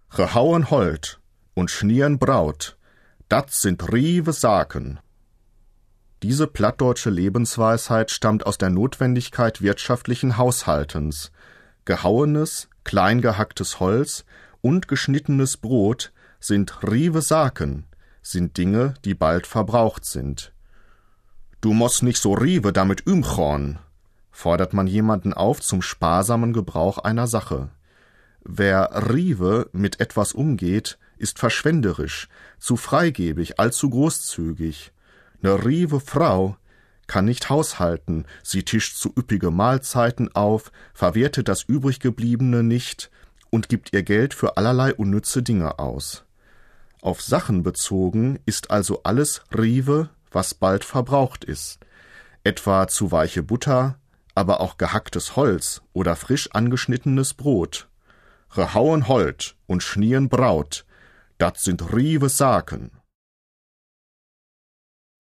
Gehauen Holt und schnieren Braut, dat sind riewe Saken. Diese plattdeutsche Lebensweisheit stammt aus der Notwendigkeit wirtschaftlichen Haushaltens. Gehauenes, klein gehacktes Holz und geschnittenes Brot sind riewe Saken, sind Dinge, die bald verbraucht sind. Du moss nicht so riewe damit umchorn, fordert man jemanden auf zum sparsamen Gebrauch einer Sache. Wer riewe mit etwas umgeht, ist verschwenderisch, zu freigebig, allzu großzügig. Ne riewe Frau kann nicht haushalten, sie tischt zu üppige Mahlzeiten auf, verwertet das Übriggebliebene nicht und gibt ihr Geld für allerlei unnütze Dinge aus. Auf Sachen bezogen ist also alles riewe, was bald verbraucht ist. Etwa zu weiche Butter, aber auch gehacktes Holz oder frisch angeschnittenes Brot. Gehauen Holt und schnieren Braut, dat sind riewe Saken.